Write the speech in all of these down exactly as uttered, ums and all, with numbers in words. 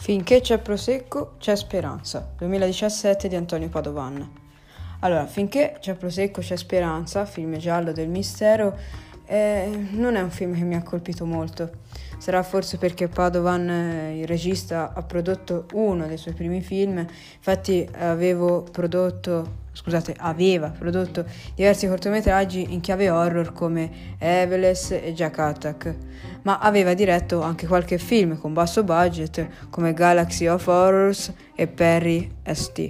Finché c'è Prosecco, c'è speranza. duemiladiciassette di Antonio Padovan. Allora, Finché c'è Prosecco, c'è speranza, film giallo del mistero, eh, non è un film che mi ha colpito molto. Sarà forse perché Padovan, eh, il regista, ha prodotto uno dei suoi primi film. Infatti avevo prodotto, scusate, aveva prodotto diversi cortometraggi in chiave horror come Eveles e Jack Attack, ma aveva diretto anche qualche film con basso budget come Galaxy of Horrors e Perry S T.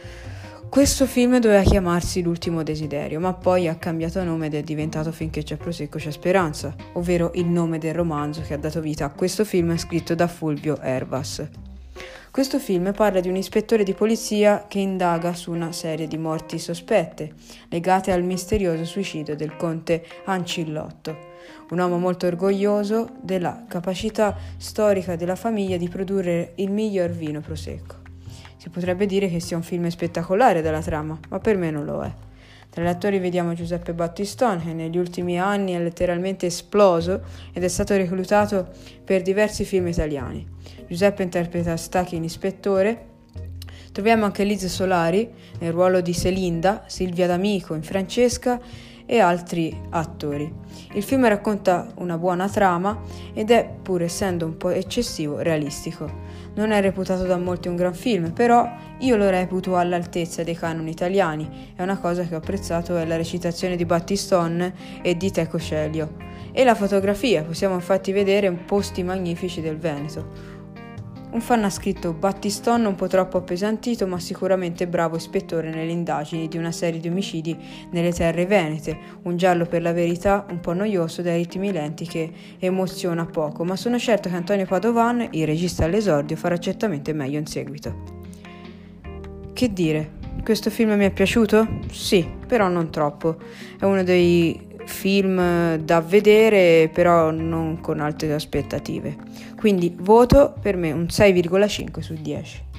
Questo film doveva chiamarsi L'ultimo desiderio, ma poi ha cambiato nome ed è diventato Finché c'è Prosecco c'è speranza, ovvero il nome del romanzo che ha dato vita a questo film scritto da Fulvio Ervas. Questo film parla di un ispettore di polizia che indaga su una serie di morti sospette, legate al misterioso suicidio del conte Ancillotto, un uomo molto orgoglioso della capacità storica della famiglia di produrre il miglior vino Prosecco. Si potrebbe dire che sia un film spettacolare dalla trama, ma per me non lo è. Tra gli attori vediamo Giuseppe Battistone, che negli ultimi anni è letteralmente esploso ed è stato reclutato per diversi film italiani. Giuseppe interpreta Stachi l'ispettore. Troviamo anche Liz Solari nel ruolo di Selinda, Silvia D'Amico in Francesca e altri attori. Il film racconta una buona trama ed è, pur essendo un po' eccessivo, realistico. Non è reputato da molti un gran film, però io lo reputo all'altezza dei canoni italiani. È una cosa che ho apprezzato è la recitazione di Battistone e di Teco Celio. E la fotografia, possiamo infatti vedere posti magnifici del Veneto. Un fan ha scritto Battistone un po' troppo appesantito, ma sicuramente bravo ispettore nelle indagini di una serie di omicidi nelle terre venete, un giallo per la verità un po' noioso dai ritmi lenti che emoziona poco, ma sono certo che Antonio Padovan, il regista all'esordio, farà certamente meglio in seguito. Che dire? Questo film mi è piaciuto? Sì, però non troppo. È uno dei film da vedere, però non con alte aspettative. Quindi voto per me un sei virgola cinque su dieci.